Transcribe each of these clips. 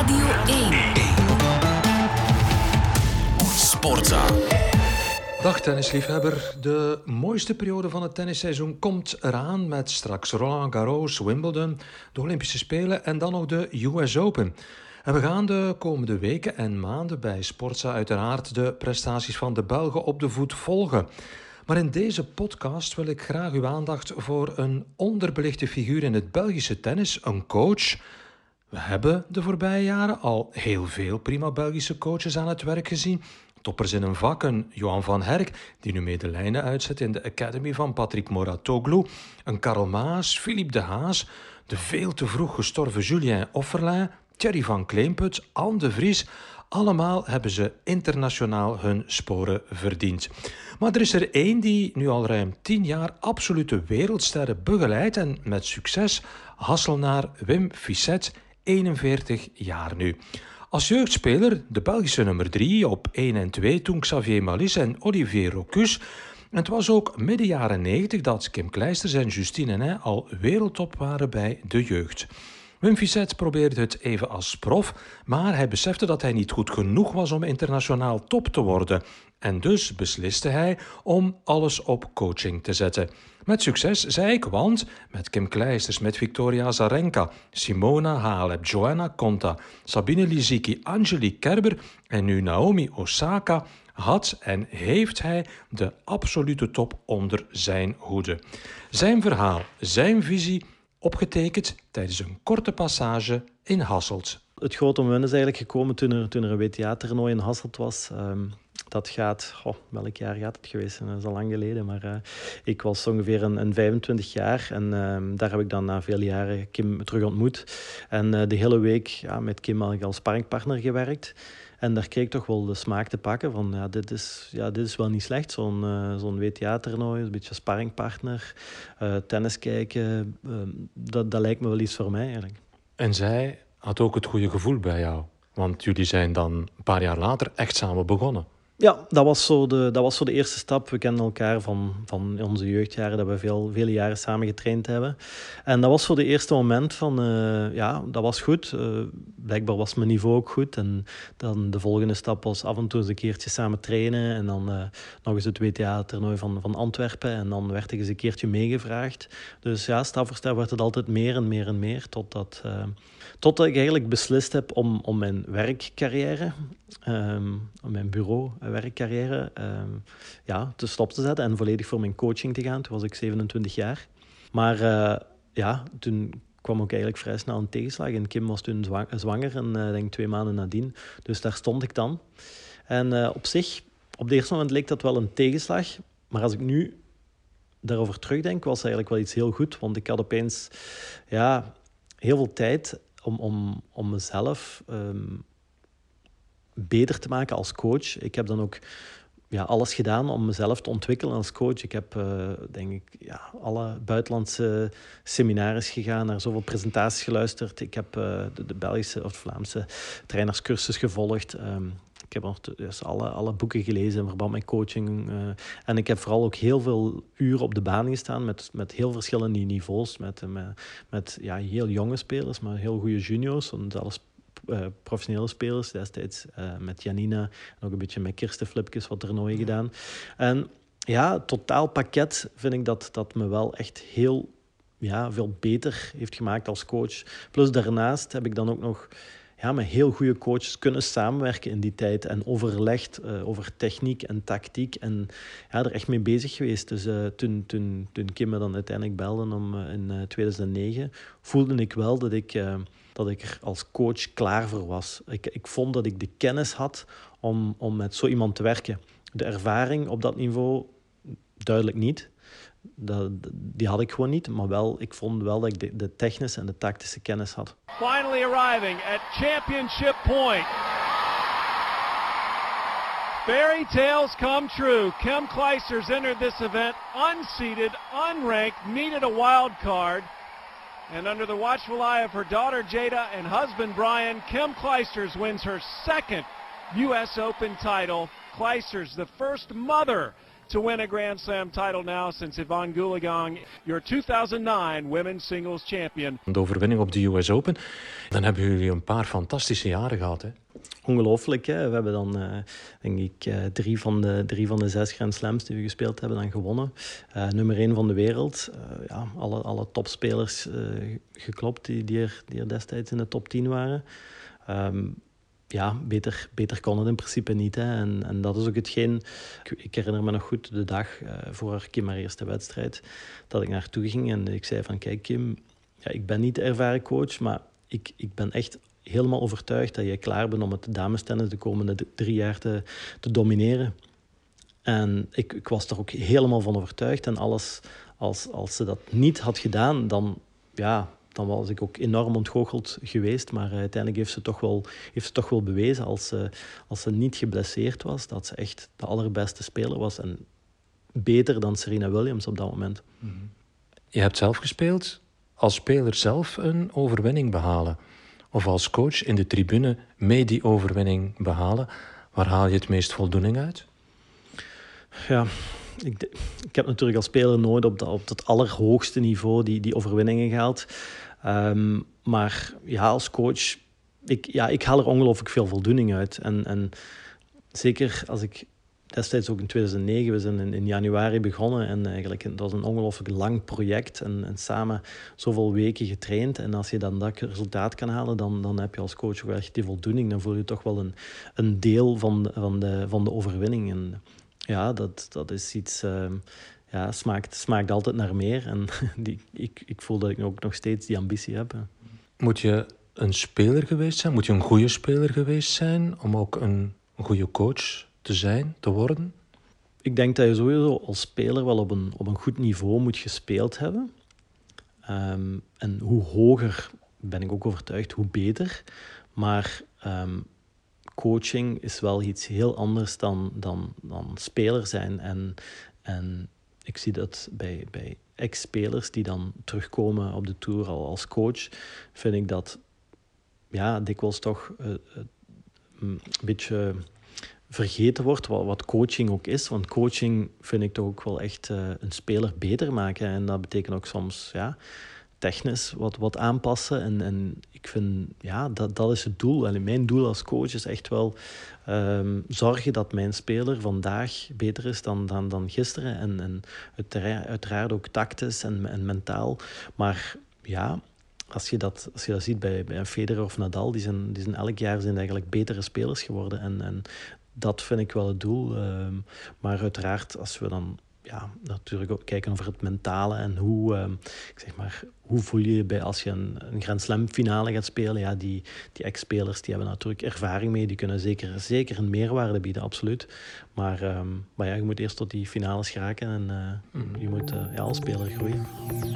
Radio 1. Sportza. Dag tennisliefhebber. De mooiste periode van het tennisseizoen komt eraan met straks Roland Garros, Wimbledon, de Olympische Spelen en dan nog de US Open. En we gaan de komende weken en maanden bij Sportza uiteraard de prestaties van de Belgen op de voet volgen. Maar in deze podcast wil ik graag uw aandacht voor een onderbelichte figuur in het Belgische tennis, een coach. We hebben de voorbije jaren al heel veel prima Belgische coaches aan het werk gezien. Toppers in een vak, een Johan van Herk, die nu mee de lijnen uitzet in de Academy van Patrick Mouratoglou, een Karel Maas, Philippe de Haas, de veel te vroeg gestorven Julien Offerlin, Thierry van Kleemput, Anne de Vries. Allemaal hebben ze internationaal hun sporen verdiend. Maar er is er één die nu al ruim 10 jaar absolute wereldsterren begeleidt en met succes, Hasselnaar Wim Fissette, 41 jaar nu. Als jeugdspeler de Belgische nummer 3 op 1 en 2 toen Xavier Malisse en Olivier Rocus. En het was ook midden jaren 90 dat Kim Clijsters en Justine Henin al wereldtop waren bij de jeugd. Wim Fissette probeerde het even als prof, maar hij besefte dat hij niet goed genoeg was om internationaal top te worden. En dus besliste hij om alles op coaching te zetten. Met succes, zei ik, want met Kim Clijsters, met Victoria Azarenka, Simona Halep, Joanna Konta, Sabine Lisicki, Angelique Kerber en nu Naomi Osaka had en heeft hij de absolute top onder zijn hoede. Zijn verhaal, zijn visie, opgetekend tijdens een korte passage in Hasselt. Het grote moment is eigenlijk gekomen toen er een WTA-toernooi in Hasselt was. Dat gaat, welk jaar gaat het geweest? Dat is al lang geleden, maar ik was ongeveer een 25 jaar en daar heb ik dan na vele jaren Kim terug ontmoet. En de hele week met Kim had ik als sparringpartner gewerkt. En daar kreeg ik toch wel de smaak te pakken van, dit is wel niet slecht, zo'n WTA-toernooi, een beetje sparringpartner, tennis kijken, dat lijkt me wel iets voor mij eigenlijk. En zij had ook het goede gevoel bij jou, want jullie zijn dan een paar jaar later echt samen begonnen. Ja, dat was zo de eerste stap. We kenden elkaar van onze jeugdjaren, dat we vele jaren samen getraind hebben. En dat was zo de eerste moment van, dat was goed. Blijkbaar was mijn niveau ook goed. En dan de volgende stap was af en toe eens een keertje samen trainen. En dan nog eens het WTA-toernooi van Antwerpen. En dan werd ik eens een keertje meegevraagd. Dus ja, stap voor stap werd het altijd meer en meer en meer. Totdat ik eigenlijk beslist heb om mijn werkcarrière, om mijn bureauwerkcarrière, te stop te zetten en volledig voor mijn coaching te gaan. Toen was ik 27 jaar. Maar toen kwam ook eigenlijk vrij snel een tegenslag. En Kim was toen zwanger en denk 2 maanden nadien. Dus daar stond ik dan. En op zich, op het eerste moment leek dat wel een tegenslag. Maar als ik nu daarover terugdenk, was het eigenlijk wel iets heel goed. Want ik had opeens heel veel tijd om mezelf beter te maken als coach. Ik heb dan ook alles gedaan om mezelf te ontwikkelen als coach. Ik heb, alle buitenlandse seminaries gegaan, naar zoveel presentaties geluisterd. Ik heb de Belgische of Vlaamse trainerscursus gevolgd. Ik heb dus alle boeken gelezen in verband met coaching. En ik heb vooral ook heel veel uren op de baan gestaan met heel verschillende niveaus. Met heel jonge spelers, maar heel goede juniors. En zelfs professionele spelers. Destijds met Janina en ook een beetje met Kirsten Flipkes wat toernooien gedaan. En het totaalpakket vind ik dat me wel echt heel veel beter heeft gemaakt als coach. Plus daarnaast heb ik dan ook nog met heel goede coaches kunnen samenwerken in die tijd en overlegd over techniek en tactiek en er echt mee bezig geweest. Dus toen Kim me dan uiteindelijk belde in 2009, voelde ik wel dat ik er als coach klaar voor was. Ik vond dat ik de kennis had om met zo iemand te werken. De ervaring op dat niveau duidelijk niet. Die had ik gewoon niet, maar wel, ik vond wel dat ik de technische en de tactische kennis had. Finally arriving at championship point. Fairy tales come true. Kim Clijsters entered this event unseeded, unranked, needed a wild card. And under the watchful eye of her daughter Jada and husband Brian, Kim Clijsters wins her second U.S. Open title. Clijsters, the first mother to win a Grand Slam title now since Yvonne Goolagong, your 2009 Women's Singles Champion. De overwinning op de US Open. Dan hebben jullie een paar fantastische jaren gehad, hè? Ongelooflijk, hè? We hebben dan, denk ik, drie van de 6 Grand Slams die we gespeeld hebben dan gewonnen. Nummer 1 van de wereld. Alle topspelers geklopt die er destijds in de top 10 waren. Beter kon het in principe niet. Hè. En dat is ook hetgeen... Ik herinner me nog goed de dag voor Kim haar eerste wedstrijd, dat ik naartoe ging en ik zei van, kijk Kim, ik ben niet de ervaren coach, maar ik ben echt helemaal overtuigd dat je klaar bent om het damestennis de komende 3 jaar te domineren. En ik was er ook helemaal van overtuigd. En alles, als ze dat niet had gedaan, dan was ik ook enorm ontgoocheld geweest. Maar uiteindelijk heeft ze toch wel bewezen, als ze niet geblesseerd was, dat ze echt de allerbeste speler was. En beter dan Serena Williams op dat moment. Je hebt zelf gespeeld. Als speler zelf een overwinning behalen. Of als coach in de tribune mee die overwinning behalen. Waar haal je het meest voldoening uit? Ja, ik heb natuurlijk als speler nooit op dat allerhoogste niveau die overwinningen gehaald. Maar ja, als coach, ik haal er ongelooflijk veel voldoening uit. En zeker als ik destijds ook in 2009, we zijn in januari begonnen en eigenlijk dat was een ongelooflijk lang project en samen zoveel weken getraind. En als je dan dat resultaat kan halen, dan heb je als coach wel echt die voldoening. Dan voel je toch wel een deel van de overwinning. En ja, dat is iets... smaakt altijd naar meer. En ik voel dat ik ook nog steeds die ambitie heb. Moet je een speler geweest zijn? Moet je een goede speler geweest zijn om ook een goede coach te worden? Ik denk dat je sowieso als speler wel op een goed niveau moet gespeeld hebben. En hoe hoger, ben ik ook overtuigd, hoe beter. Maar coaching is wel iets heel anders dan speler zijn. En ik zie dat bij ex-spelers die dan terugkomen op de Tour als coach, vind ik dat dikwijls toch een beetje vergeten wordt wat coaching ook is. Want coaching vind ik toch ook wel echt een speler beter maken. En dat betekent ook soms technisch wat aanpassen. En ik vind, dat is het doel. En mijn doel als coach is echt wel zorgen dat mijn speler vandaag beter is dan gisteren. En uiteraard ook tactisch en mentaal. Maar ja, als je dat ziet bij een Federer of Nadal, die zijn elk jaar eigenlijk betere spelers geworden. En dat vind ik wel het doel. Maar uiteraard, als we dan natuurlijk ook kijken over het mentale en hoe voel je je als je een Grand Slam finale gaat spelen. Ja, die ex-spelers die hebben natuurlijk ervaring mee. Die kunnen zeker een meerwaarde bieden, absoluut. Maar je moet eerst tot die finales geraken en je moet als speler groeien.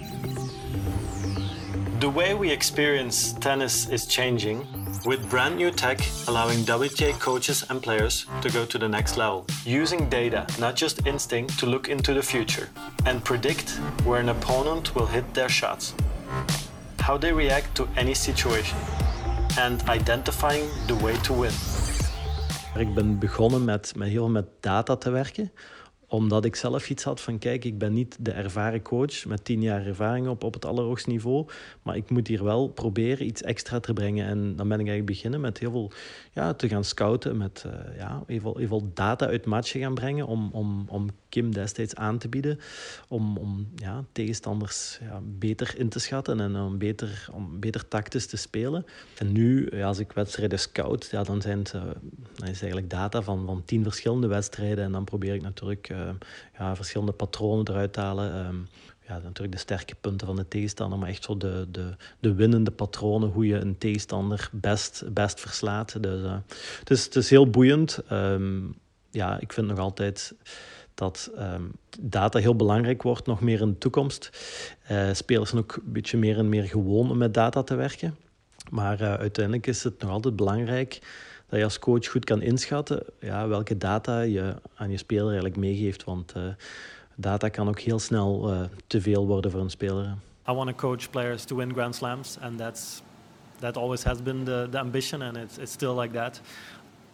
The way we experience tennis is changing, with brand new tech allowing WTA coaches and players to go to the next level, using data, not just instinct, to look into the future and predict where an opponent will hit their shots, how they react to any situation, and identifying the way to win. Ik ben begonnen met heel veel met data te werken, omdat ik zelf iets had van, kijk, ik ben niet de ervaren coach met 10 jaar ervaring op het allerhoogste niveau, maar ik moet hier wel proberen iets extra te brengen. En dan ben ik eigenlijk beginnen met heel veel te gaan scouten, met heel veel data uit matchen gaan brengen om Kim destijds aan te bieden, om tegenstanders beter in te schatten en om beter tactisch te spelen. En nu, als ik wedstrijden scout, dan is eigenlijk data van 10 verschillende wedstrijden en dan probeer ik natuurlijk verschillende patronen eruit te halen. Natuurlijk de sterke punten van de tegenstander, maar echt zo de winnende patronen, hoe je een tegenstander best verslaat. Dus het is heel boeiend. Ik vind nog altijd dat data heel belangrijk wordt, nog meer in de toekomst. Spelers zijn ook een beetje meer en meer gewoon om met data te werken. Maar uiteindelijk is het nog altijd belangrijk dat je als coach goed kan inschatten welke data je aan je speler eigenlijk meegeeft. Want data kan ook heel snel te veel worden voor een speler. I want to coach players to win Grand Slams, and that always has been the ambition, and it's still like that.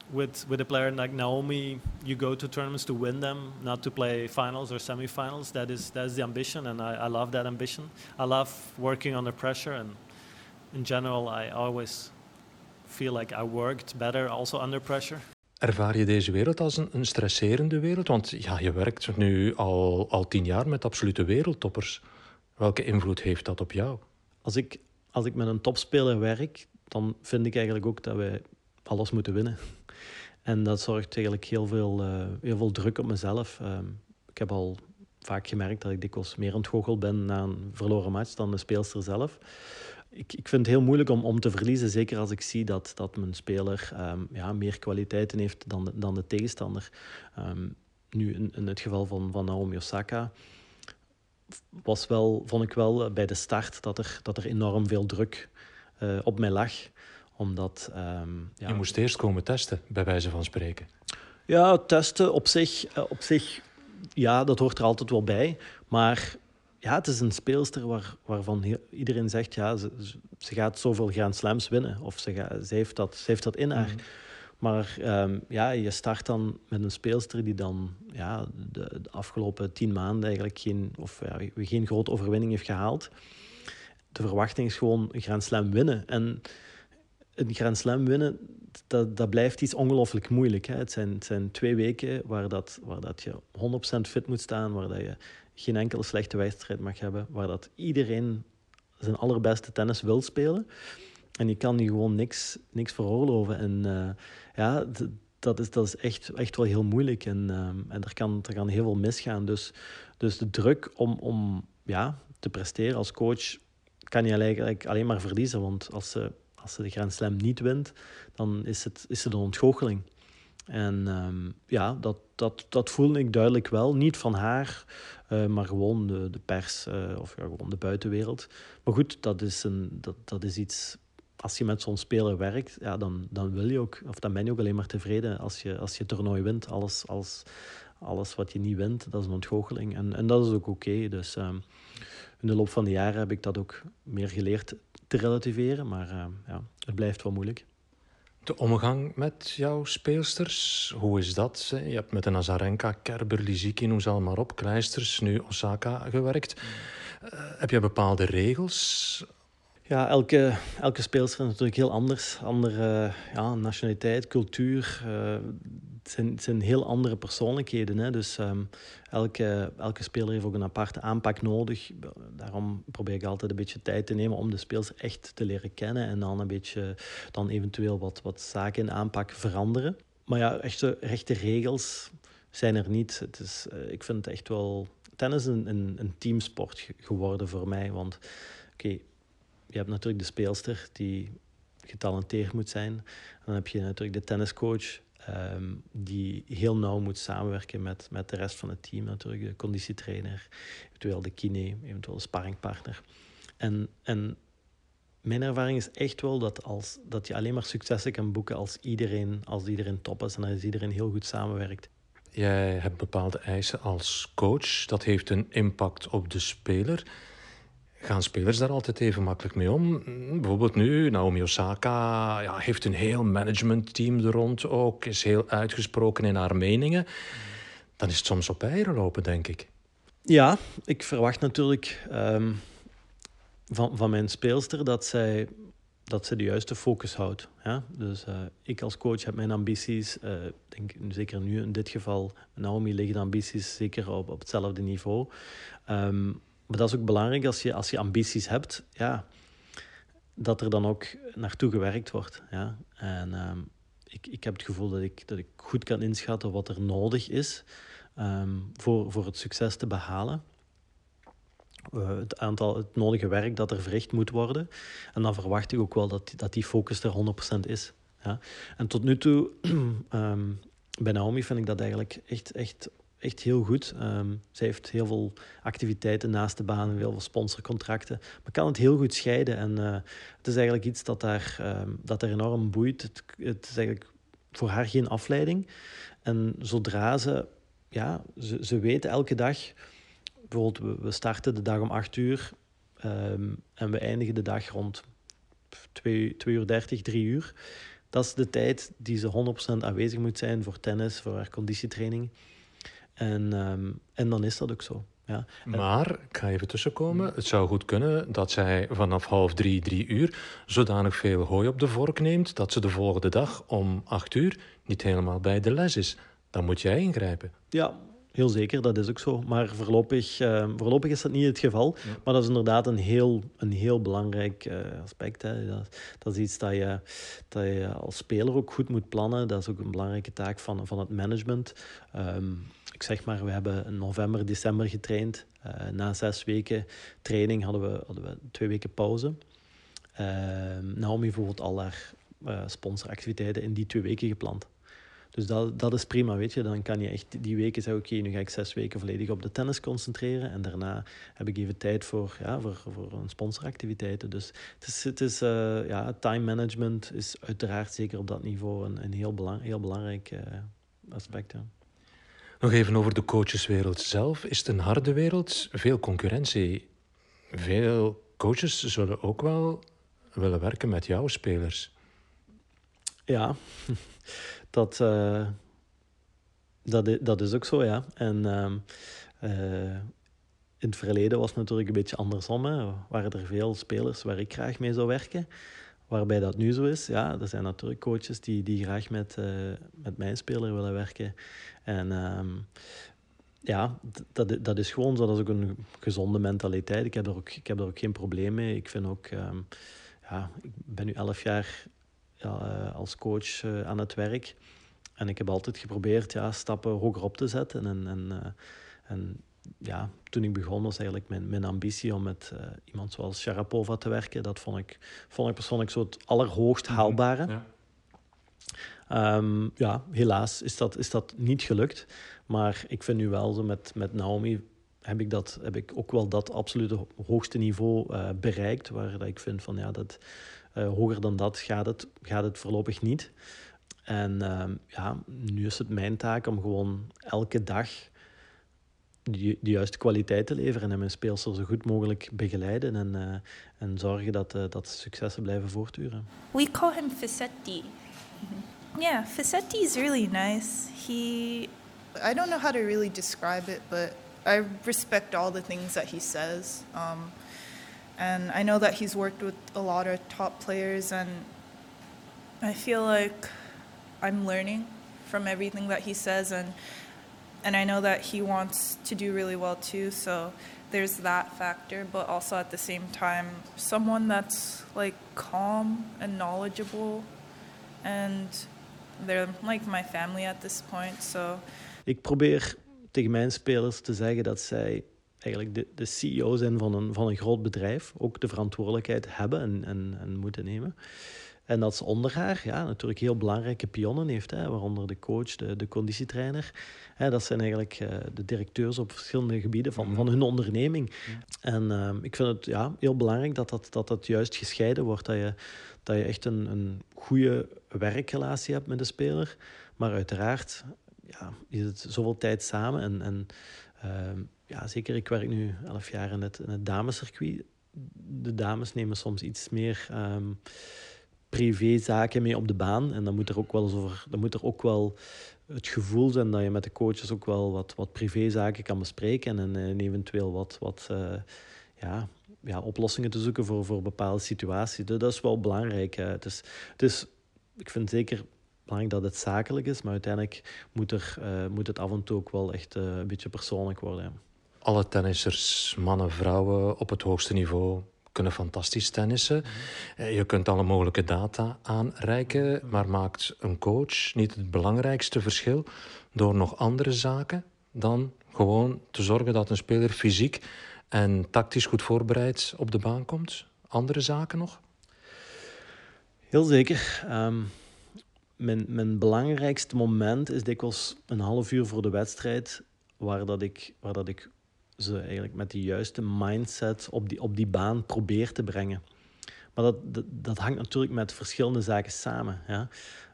with a player like Naomi, you go to tournaments to win them, not to play finals or semifinals. That is the ambition, and I love that ambition. I love working under pressure, and in general, I always feel like I worked better also under pressure. Ervaar je deze wereld als een stresserende wereld? Want ja, je werkt nu al 10 jaar met absolute wereldtoppers. Welke invloed heeft dat op jou? Als ik met een topspeler werk, dan vind ik eigenlijk ook dat wij alles moeten winnen. En dat zorgt eigenlijk heel veel druk op mezelf. Ik heb al vaak gemerkt dat ik dikwijls meer aan het goochelen ben na een verloren match dan de speelster zelf. Ik vind het heel moeilijk om te verliezen, zeker als ik zie dat mijn speler meer kwaliteiten heeft dan de tegenstander. Nu, in het geval van Naomi Osaka vond ik wel bij de start dat er enorm veel druk op mij lag. Omdat, Je moest eerst komen testen, bij wijze van spreken. Ja, testen op zich, ja, dat hoort er altijd wel bij. Maar ja, het is een speelster waarvan iedereen zegt, ja, ze gaat zoveel Grand Slams winnen. Of ze heeft dat in haar. Maar je start dan met een speelster die dan de afgelopen 10 maanden eigenlijk geen grote overwinning heeft gehaald. De verwachting is gewoon een Grand Slam winnen. En een Grand Slam winnen, dat blijft iets ongelooflijk moeilijk. Hè. Het zijn 2 weken waar dat je 100% fit moet staan, waar dat je geen enkele slechte wedstrijd mag hebben, waar dat iedereen zijn allerbeste tennis wil spelen. En je kan je gewoon niks veroorloven. En dat is echt wel heel moeilijk. En er kan heel veel misgaan. Dus de druk om te presteren als coach kan je eigenlijk alleen maar verliezen. Want als ze de Grand Slam niet wint, dan is het een ontgoocheling. En dat voelde ik duidelijk wel. Niet van haar, maar gewoon de pers of gewoon de buitenwereld. Maar goed, dat is iets. Als je met zo'n speler werkt, ja, dan wil je ook, of dan ben je ook alleen maar tevreden als je het toernooi wint. Alles wat je niet wint, dat is een ontgoocheling. En dat is ook oké. Dus in de loop van de jaren heb ik dat ook meer geleerd te relativeren. Maar het blijft wel moeilijk. De omgang met jouw speelsters, hoe is dat? Je hebt met een Azarenka, Kerber, Lisicki, noem ze allemaal op, Kleisters, nu Osaka gewerkt. Heb je bepaalde regels? Ja, elke speelster is natuurlijk heel anders. Andere nationaliteit, cultuur. Het zijn heel andere persoonlijkheden. Hè? Dus elke speler heeft ook een aparte aanpak nodig. Daarom probeer ik altijd een beetje tijd te nemen om de speelster echt te leren kennen. En dan eventueel wat zaken in de aanpak veranderen. Maar ja, echte rechte regels zijn er niet. Ik vind het echt wel... Tennis is een teamsport geworden voor mij. Want je hebt natuurlijk de speelster die getalenteerd moet zijn. En dan heb je natuurlijk de tenniscoach die heel nauw moet samenwerken met de rest van het team. Natuurlijk de conditietrainer, eventueel de kine, eventueel de sparringpartner. En mijn ervaring is echt wel dat je alleen maar successen kan boeken als iedereen top is en als iedereen heel goed samenwerkt. Jij hebt bepaalde eisen als coach. Dat heeft een impact op de speler. Gaan spelers daar altijd even makkelijk mee om? Bijvoorbeeld nu, Naomi Osaka heeft een heel managementteam er rond ook, is heel uitgesproken in haar meningen. Dan is het soms op eieren lopen, denk ik. Ja, ik verwacht natuurlijk van mijn speelster dat zij de juiste focus houdt. Ja? Dus ik als coach heb mijn ambities, denk zeker nu in dit geval, Naomi liggen de ambities zeker op hetzelfde niveau. Maar dat is ook belangrijk als je ambities hebt, dat er dan ook naartoe gewerkt wordt. Ja? En ik heb het gevoel dat ik goed kan inschatten wat er nodig is voor het succes te behalen. Het nodige werk dat er verricht moet worden. En dan verwacht ik ook wel dat die focus er 100% is. Ja? En tot nu toe, bij Naomi vind ik dat eigenlijk echt heel goed. Zij heeft heel veel activiteiten naast de baan, heel veel sponsorcontracten. Maar kan het heel goed scheiden. En het is eigenlijk iets dat haar enorm boeit. Het is eigenlijk voor haar geen afleiding. En zodra ze weet elke dag... Bijvoorbeeld, we starten de dag om 8:00 en we eindigen de dag rond 2:30, 3:00. Dat is de tijd die ze 100% aanwezig moet zijn voor tennis, voor haar conditietraining. En dan is dat ook zo. Ja. Maar, ik ga even tussenkomen, het zou goed kunnen dat zij vanaf 2:30, 3:00 zodanig veel hooi op de vork neemt dat ze de volgende dag om 8:00 niet helemaal bij de les is. Dan moet jij ingrijpen. Ja, heel zeker, dat is ook zo. Maar voorlopig is dat niet het geval. Ja. Maar dat is inderdaad een heel belangrijk aspect. Hè. Dat is iets dat je als speler ook goed moet plannen. Dat is ook een belangrijke taak van het management. Ik zeg maar, we hebben in november, december getraind. Na 6 weken training hadden we 2 weken pauze. Naomi bijvoorbeeld al haar sponsoractiviteiten in die 2 weken gepland. Dus dat is prima, weet je. Dan kan je echt die weken zeggen, oké, nu ga ik 6 weken volledig op de tennis concentreren. En daarna heb ik even tijd voor een sponsoractiviteiten. Dus time management is uiteraard zeker op dat niveau een heel belangrijk aspect. Ja. Nog even over de coacheswereld zelf. Is het een harde wereld? Veel concurrentie. Veel coaches zullen ook wel willen werken met jouw spelers. Ja, dat is ook zo, ja. En in het verleden was het natuurlijk een beetje andersom. Hè. Waren er veel spelers waar ik graag mee zou werken. Waarbij dat nu zo is, ja, er zijn natuurlijk coaches die graag met mijn speler willen werken. En dat is gewoon zo. Dat is ook een gezonde mentaliteit. Ik heb er ook geen probleem mee. Ik vind ook, ik ben nu 11 jaar als coach aan het werk. En ik heb altijd geprobeerd stappen hoger op te zetten. En toen ik begon was eigenlijk mijn ambitie om met iemand zoals Sharapova te werken. Dat vond ik persoonlijk zo het allerhoogst haalbare. Ja. Helaas is dat niet gelukt. Maar ik vind nu wel zo met Naomi heb ik ook wel dat absolute hoogste niveau bereikt. Waar dat ik vind van dat hoger dan dat gaat het voorlopig niet. En nu is het mijn taak om gewoon elke dag de juiste kwaliteit te leveren en mijn speelsters zo goed mogelijk begeleiden en zorgen dat successen blijven voortduren. We call him Fissetti. Yeah, Fissetti is really nice. I don't know how to really describe it, but I respect all the things that he says. And I know that he's worked with a lot of top players, and I feel like I'm learning from everything that he says, and I know that he wants to do really well too, so there's that factor, but also at the same time, someone that's like calm and knowledgeable, and they're like my family at this point, so... Ik probeer tegen mijn spelers te zeggen dat zij eigenlijk de CEO zijn van een groot bedrijf, ook de verantwoordelijkheid hebben en moeten nemen. En dat ze onder haar natuurlijk heel belangrijke pionnen heeft, waaronder de coach, de conditietrainer. Dat zijn eigenlijk de directeurs op verschillende gebieden van hun onderneming. En ik vind het heel belangrijk dat juist gescheiden wordt. Dat je echt een goede werkrelatie hebt met de speler. Maar uiteraard is het zoveel tijd samen. En zeker, ik werk nu 11 jaar in het damescircuit. De dames nemen soms iets meer... privézaken mee op de baan. En dan moet er ook wel het gevoel zijn dat je met de coaches ook wel wat privézaken kan bespreken en eventueel wat oplossingen te zoeken voor bepaalde situaties. Dat is wel belangrijk. Ik vind zeker belangrijk dat het zakelijk is, maar uiteindelijk moet het af en toe ook wel echt een beetje persoonlijk worden. Ja. Alle tennissers, mannen, vrouwen op het hoogste niveau kunnen fantastisch tennissen. Je kunt alle mogelijke data aanreiken, maar maakt een coach niet het belangrijkste verschil door nog andere zaken dan gewoon te zorgen dat een speler fysiek en tactisch goed voorbereid op de baan komt? Andere zaken nog? Heel zeker. Mijn belangrijkste moment is dikwijls een half uur voor de wedstrijd, waar dat ik ze eigenlijk met de juiste mindset op die baan probeer te brengen. Maar dat hangt natuurlijk met verschillende zaken samen. Ja.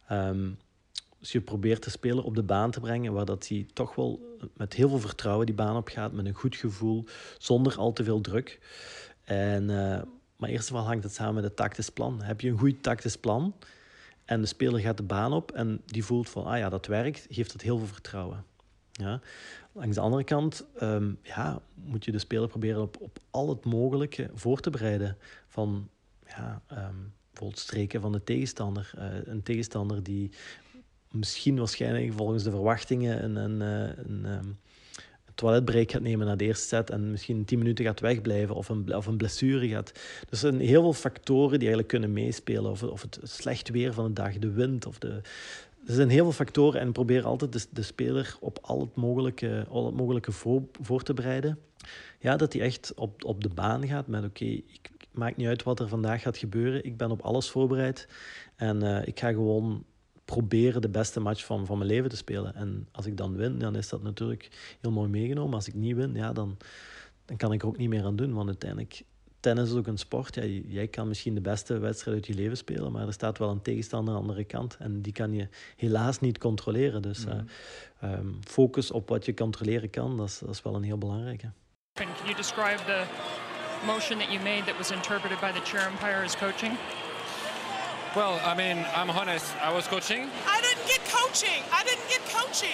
Dus je probeert de speler op de baan te brengen waar dat hij toch wel met heel veel vertrouwen die baan op gaat, met een goed gevoel, zonder al te veel druk. Maar eerst en vooral hangt het samen met het tactisch plan. Heb je een goed tactisch plan En de speler gaat de baan op en die voelt van, dat werkt, geeft het heel veel vertrouwen. Ja. Langs de andere kant moet je de speler proberen op al het mogelijke voor te bereiden. Van bijvoorbeeld streken van de tegenstander. Een tegenstander die misschien waarschijnlijk volgens de verwachtingen een toiletbreak gaat nemen na de eerste set en misschien 10 minuten gaat wegblijven of een blessure gaat. Dus er zijn heel veel factoren die eigenlijk kunnen meespelen. Of het slecht weer van de dag, de wind. Er zijn heel veel factoren en probeer altijd de speler op al het mogelijke voor te bereiden. Ja, dat hij echt op de baan gaat met maakt niet uit wat er vandaag gaat gebeuren. Ik ben op alles voorbereid en ik ga gewoon proberen de beste match van mijn leven te spelen. En als ik dan win, dan is dat natuurlijk heel mooi meegenomen. Als ik niet win, dan kan ik er ook niet meer aan doen. Want uiteindelijk, tennis is ook een sport. Ja, jij kan misschien de beste wedstrijd uit je leven spelen, maar er staat wel een tegenstander aan de andere kant. En die kan je helaas niet controleren. Dus focus op wat je controleren kan, dat is wel een heel belangrijke. Can you describe the motion that you made that was interpreted by the chair umpire as coaching? Well, I mean, I'm honest. I was coaching. I didn't get coaching. I didn't get coaching.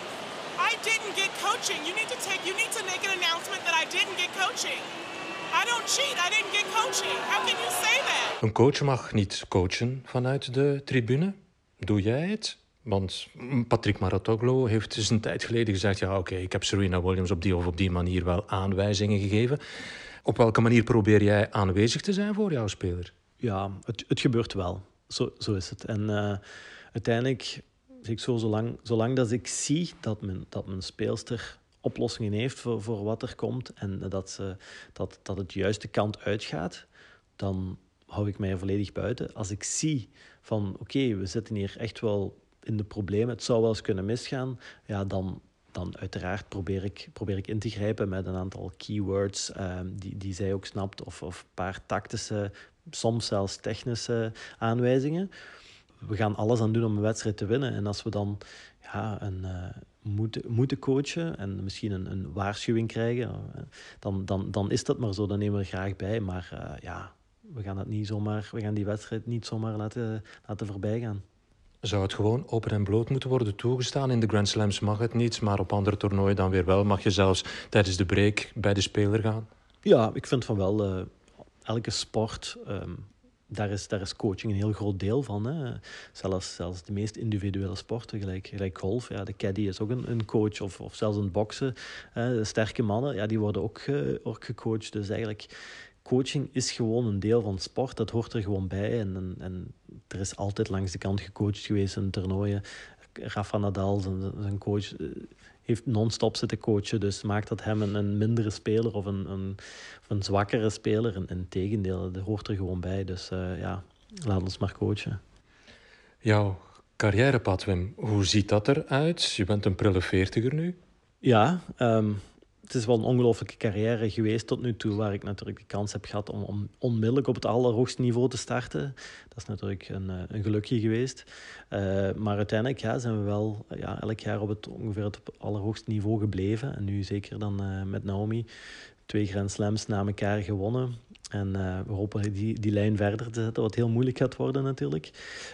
I didn't get coaching. You need to make an announcement that I didn't get coaching. I don't cheat. I didn't get coaching. How can you say that? Een coach mag niet coachen vanuit de tribune. Doe jij het? Want Patrick Mouratoglou heeft dus een tijd geleden gezegd, ik heb Serena Williams op die of op die manier wel aanwijzingen gegeven. Op welke manier probeer jij aanwezig te zijn voor jouw speler? Ja, het gebeurt wel. Zo is het. En uiteindelijk, zolang dat ik zie dat mijn speelster oplossingen heeft voor wat er komt en dat het juiste kant uitgaat, dan hou ik mij er volledig buiten. Als ik zie van, we zitten hier echt wel in de problemen, het zou wel eens kunnen misgaan, dan uiteraard probeer ik in te grijpen met een aantal keywords die zij ook snapt of een paar tactische, soms zelfs technische aanwijzingen. We gaan alles aan doen om een wedstrijd te winnen. En als we dan moeten coachen en misschien een waarschuwing krijgen, dan is dat maar zo. Dan nemen we er graag bij. Maar we gaan die wedstrijd niet zomaar laten voorbij gaan. Zou het gewoon open en bloot moeten worden toegestaan? In de Grand Slams mag het niet, maar op andere toernooien dan weer wel. Mag je zelfs tijdens de break bij de speler gaan? Ja, ik vind van wel. Elke sport, daar is coaching een heel groot deel van. Hè. Zelfs de meest individuele sporten, gelijk golf. Ja, de caddy is ook een coach. Of zelfs in boksen. De sterke mannen, die worden ook gecoacht. Dus eigenlijk, coaching is gewoon een deel van sport. Dat hoort er gewoon bij. En er is altijd langs de kant gecoacht geweest in toernooien. Rafa Nadal, zijn coach, heeft non-stop zitten coachen. Dus maakt dat hem een mindere speler of een zwakkere speler? Integendeel, dat hoort er gewoon bij. Dus laat ons maar coachen. Jouw carrièrepad, Wim, hoe ziet dat eruit? Je bent een prille 40er nu. Ja, het is wel een ongelooflijke carrière geweest tot nu toe, waar ik natuurlijk de kans heb gehad om onmiddellijk op het allerhoogste niveau te starten. Dat is natuurlijk een gelukje geweest. Maar uiteindelijk zijn we wel elk jaar ongeveer het allerhoogste niveau gebleven. En nu zeker dan met Naomi 2 Grand Slams na elkaar gewonnen. En we hopen die lijn verder te zetten, wat heel moeilijk gaat worden natuurlijk.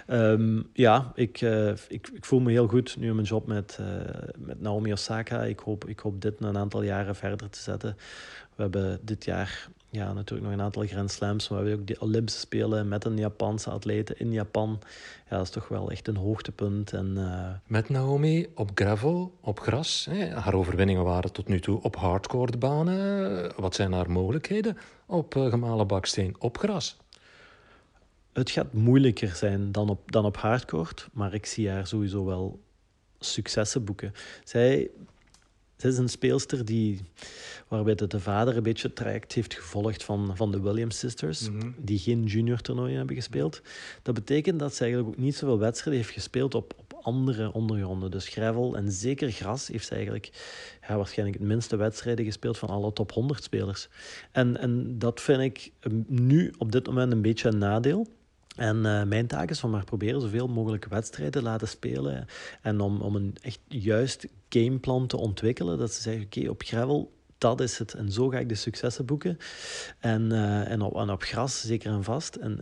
Ik voel me heel goed nu in mijn job met Naomi Osaka. Ik hoop dit een aantal jaren verder te zetten. We hebben dit jaar natuurlijk nog een aantal Grand Slams. Maar we hebben ook de Olympische Spelen met een Japanse atlete in Japan. Ja, dat is toch wel echt een hoogtepunt. Met Naomi op gravel, op gras. Haar overwinningen waren tot nu toe op hardcourtbanen. Wat zijn haar mogelijkheden op gemalen baksteen, op gras? Het gaat moeilijker zijn dan op hardcourt. Maar ik zie haar sowieso wel successen boeken. Zij is een speelster waarbij de vader een beetje het traject heeft gevolgd van de Williams Sisters, die geen junior toernooien hebben gespeeld. Dat betekent dat ze eigenlijk ook niet zoveel wedstrijden heeft gespeeld op andere ondergronden. Dus gravel en zeker gras heeft ze eigenlijk waarschijnlijk het minste wedstrijden gespeeld van alle top 100 spelers. En dat vind ik nu op dit moment een beetje een nadeel. En mijn taak is om maar proberen zoveel mogelijk wedstrijden te laten spelen. En om een echt juist gameplan te ontwikkelen. Dat ze zeggen, op gravel, dat is het. En zo ga ik de successen boeken. En op gras, zeker en vast. En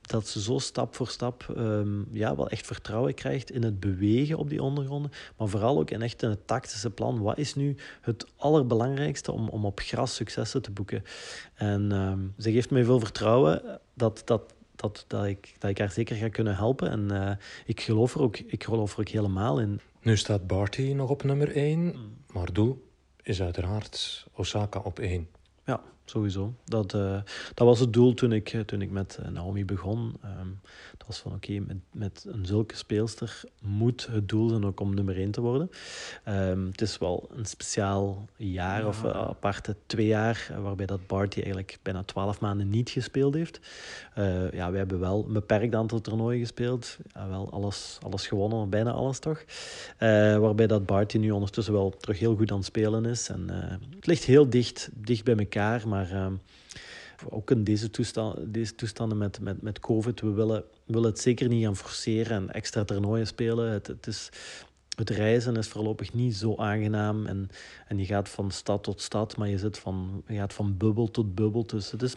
dat ze zo stap voor stap wel echt vertrouwen krijgt in het bewegen op die ondergronden, maar vooral ook in echt in het tactische plan. Wat is nu het allerbelangrijkste om op gras successen te boeken? En ze geeft mij veel vertrouwen dat ik haar zeker ga kunnen helpen. En ik geloof er ook helemaal in. Nu staat Barty nog op nummer 1, maar doel is uiteraard Osaka op 1. Ja, sowieso. Dat was het doel toen ik met Naomi begon. Dat was van oké, met een zulke speelster moet het doel zijn ook om nummer 1 te worden. Het is wel een speciaal jaar of aparte 2 jaar waarbij dat Barty eigenlijk bijna 12 maanden niet gespeeld heeft. We hebben wel een beperkt aantal toernooien gespeeld. Wel alles gewonnen, bijna alles toch. Waarbij dat Barty nu ondertussen wel terug heel goed aan het spelen is. En het ligt heel dicht bij elkaar, maar ook in deze toestanden met COVID, we willen het zeker niet gaan forceren en extra toernooien spelen. Het reizen is voorlopig niet zo aangenaam en je gaat van stad tot stad, maar je gaat van bubbel tot bubbel. Dus het is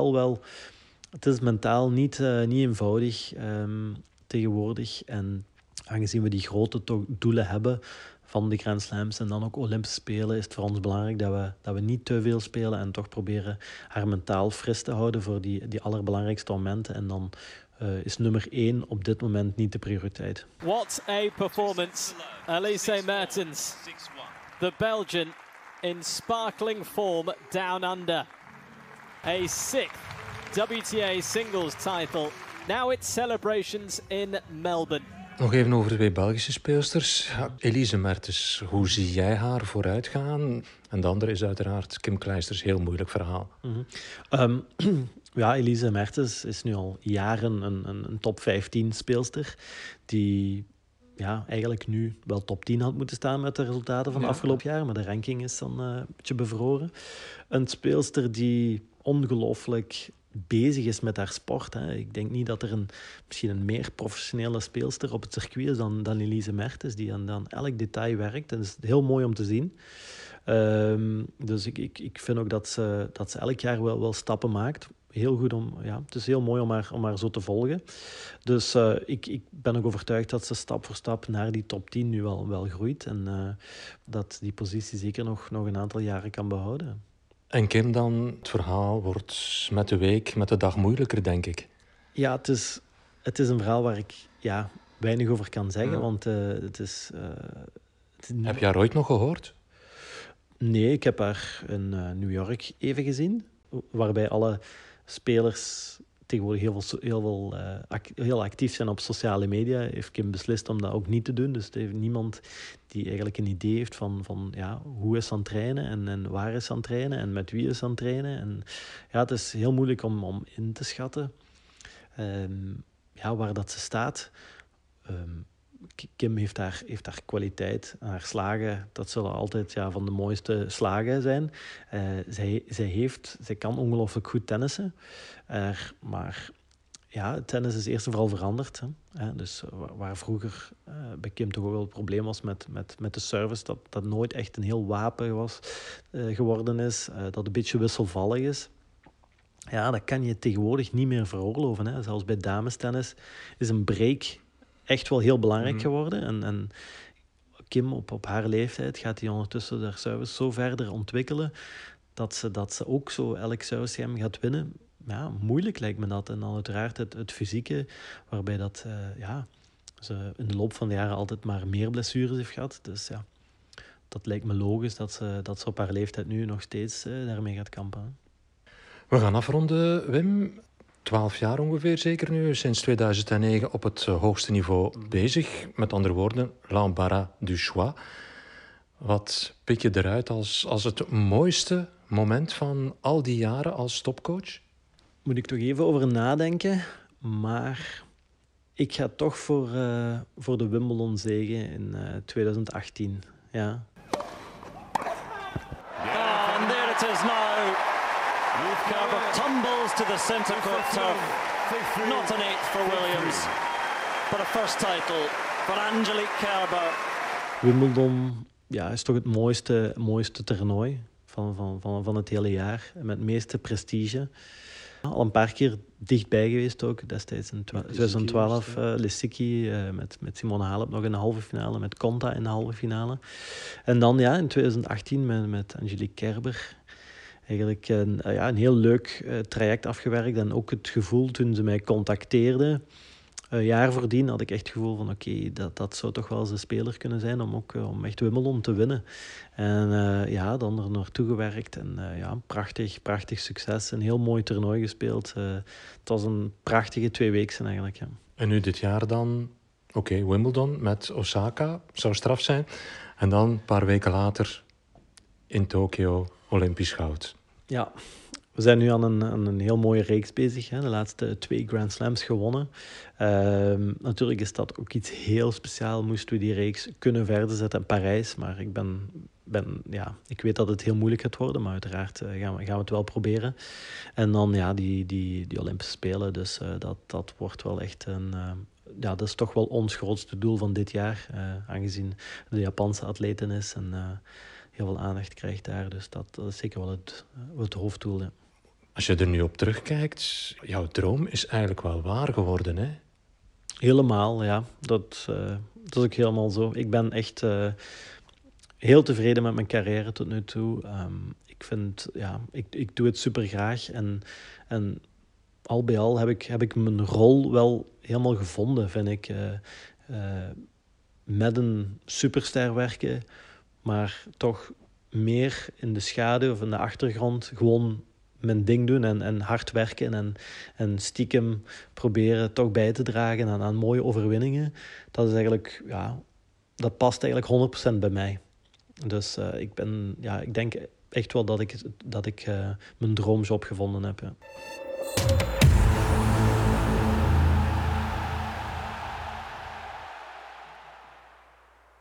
mentaal niet eenvoudig tegenwoordig. En aangezien we die grote doelen hebben van de Grand Slams en dan ook Olympische Spelen, is het voor ons belangrijk dat we niet te veel spelen en toch proberen haar mentaal fris te houden voor die allerbelangrijkste momenten. En dan is nummer 1 op dit moment niet de prioriteit. What a performance, Elise Mertens, the Belgian in sparkling form down under. A 6th WTA singles title. Now it's celebrations in Melbourne. Nog even over de 2 Belgische speelsters. Elise Mertens, hoe zie jij haar vooruitgaan? En de andere is uiteraard Kim Clijsters. Heel moeilijk verhaal. Elise Mertens is nu al jaren een top 15 speelster. Die eigenlijk nu wel top 10 had moeten staan met de resultaten van afgelopen jaar. Maar de ranking is dan een beetje bevroren. Een speelster die ongelooflijk bezig is met haar sport. Hè. Ik denk niet dat er misschien een meer professionele speelster op het circuit is dan Elise Mertens, die aan elk detail werkt. En dat is heel mooi om te zien. Dus ik vind ook dat ze elk jaar wel stappen maakt. Heel goed het is heel mooi om haar zo te volgen. Dus ik ben ook overtuigd dat ze stap voor stap naar die top 10 nu wel groeit. En dat die positie zeker nog een aantal jaren kan behouden. En Kim dan, het verhaal wordt met de week, met de dag moeilijker, denk ik. Ja, het is een verhaal waar ik weinig over kan zeggen, want het is... Heb je haar ooit nog gehoord? Nee, ik heb haar in New York even gezien, waarbij alle spelers tegenwoordig heel actief zijn op sociale media. Heeft Kim beslist om dat ook niet te doen. Dus het heeft niemand die eigenlijk een idee heeft van hoe is ze aan het trainen en waar is ze aan het trainen en met wie is ze aan het trainen. En het is heel moeilijk om in te schatten waar dat ze staat. Kim heeft haar kwaliteit, haar slagen, dat zullen altijd van de mooiste slagen zijn. Zij kan ongelooflijk goed tennissen. Maar tennis is eerst en vooral veranderd. Hè. Dus waar vroeger bij Kim toch ook wel het probleem was met de service, dat nooit echt een heel wapen geworden is, dat een beetje wisselvallig is. Ja, dat kan je tegenwoordig niet meer veroorloven. Hè. Zelfs bij damestennis is een break echt wel heel belangrijk geworden. En Kim op haar leeftijd gaat die ondertussen haar service zo verder ontwikkelen dat ze ook zo elk service gaat winnen. Ja, moeilijk lijkt me dat. En dan uiteraard het fysieke, waarbij dat ze in de loop van de jaren altijd maar meer blessures heeft gehad. Dus dat lijkt me logisch dat ze op haar leeftijd nu nog steeds daarmee gaat kampen. We gaan afronden, Wim. 12 jaar ongeveer zeker nu, sinds 2009 op het hoogste niveau bezig. Met andere woorden, l'embarras du choix. Wat pik je eruit als het mooiste moment van al die jaren als topcoach? Moet ik toch even over nadenken. Maar ik ga toch voor de Wimbledon-zege in 2018. Ja. And there it is now. Kerber tumbles to the centre court turf. Not an 8th for Williams, but a first title for Angelique Kerber. Wimbledon is toch het mooiste toernooi van het hele jaar. Met het meeste prestige. Al een paar keer dichtbij geweest ook. Destijds in 2012 Lissiki met Simone Halep nog in de halve finale. Met Konta in de halve finale. En dan in 2018 met Angelique Kerber. Eigenlijk een heel leuk traject afgewerkt. En ook het gevoel toen ze mij contacteerde. Een jaar voordien had ik echt het gevoel van oké, dat zou toch wel eens een speler kunnen zijn om echt Wimbledon te winnen. En dan er naartoe gewerkt en prachtig succes. Een heel mooi toernooi gespeeld. Het was een prachtige 2 weken eigenlijk. Ja. En nu dit jaar dan, Wimbledon met Osaka, zou straf zijn. En dan een paar weken later in Tokio Olympisch goud. Ja. We zijn nu aan een heel mooie reeks bezig. Hè? De laatste 2 Grand Slams gewonnen. Natuurlijk is dat ook iets heel speciaals. Moesten we die reeks kunnen verder zetten in Parijs. Maar ik weet dat het heel moeilijk gaat worden. Maar uiteraard gaan we het wel proberen. En dan die Olympische Spelen. Dus dat wordt wel echt dat is toch wel ons grootste doel van dit jaar. Aangezien de Japanse atleten is en heel veel aandacht krijgt daar. Dus dat is zeker wel het hoofddoel. Ja. Als je er nu op terugkijkt, jouw droom is eigenlijk wel waar geworden, hè? Helemaal, ja. Dat is ook helemaal zo. Ik ben echt heel tevreden met mijn carrière tot nu toe. Ik doe het super graag. En al bij al heb ik mijn rol wel helemaal gevonden, vind ik. Met een superster werken, maar toch meer in de schaduw of in de achtergrond gewoon mijn ding doen en hard werken en stiekem proberen toch bij te dragen aan mooie overwinningen. Dat is eigenlijk, dat past eigenlijk 100% bij mij. Dus ik denk echt wel dat ik mijn droomjob gevonden heb. Ja.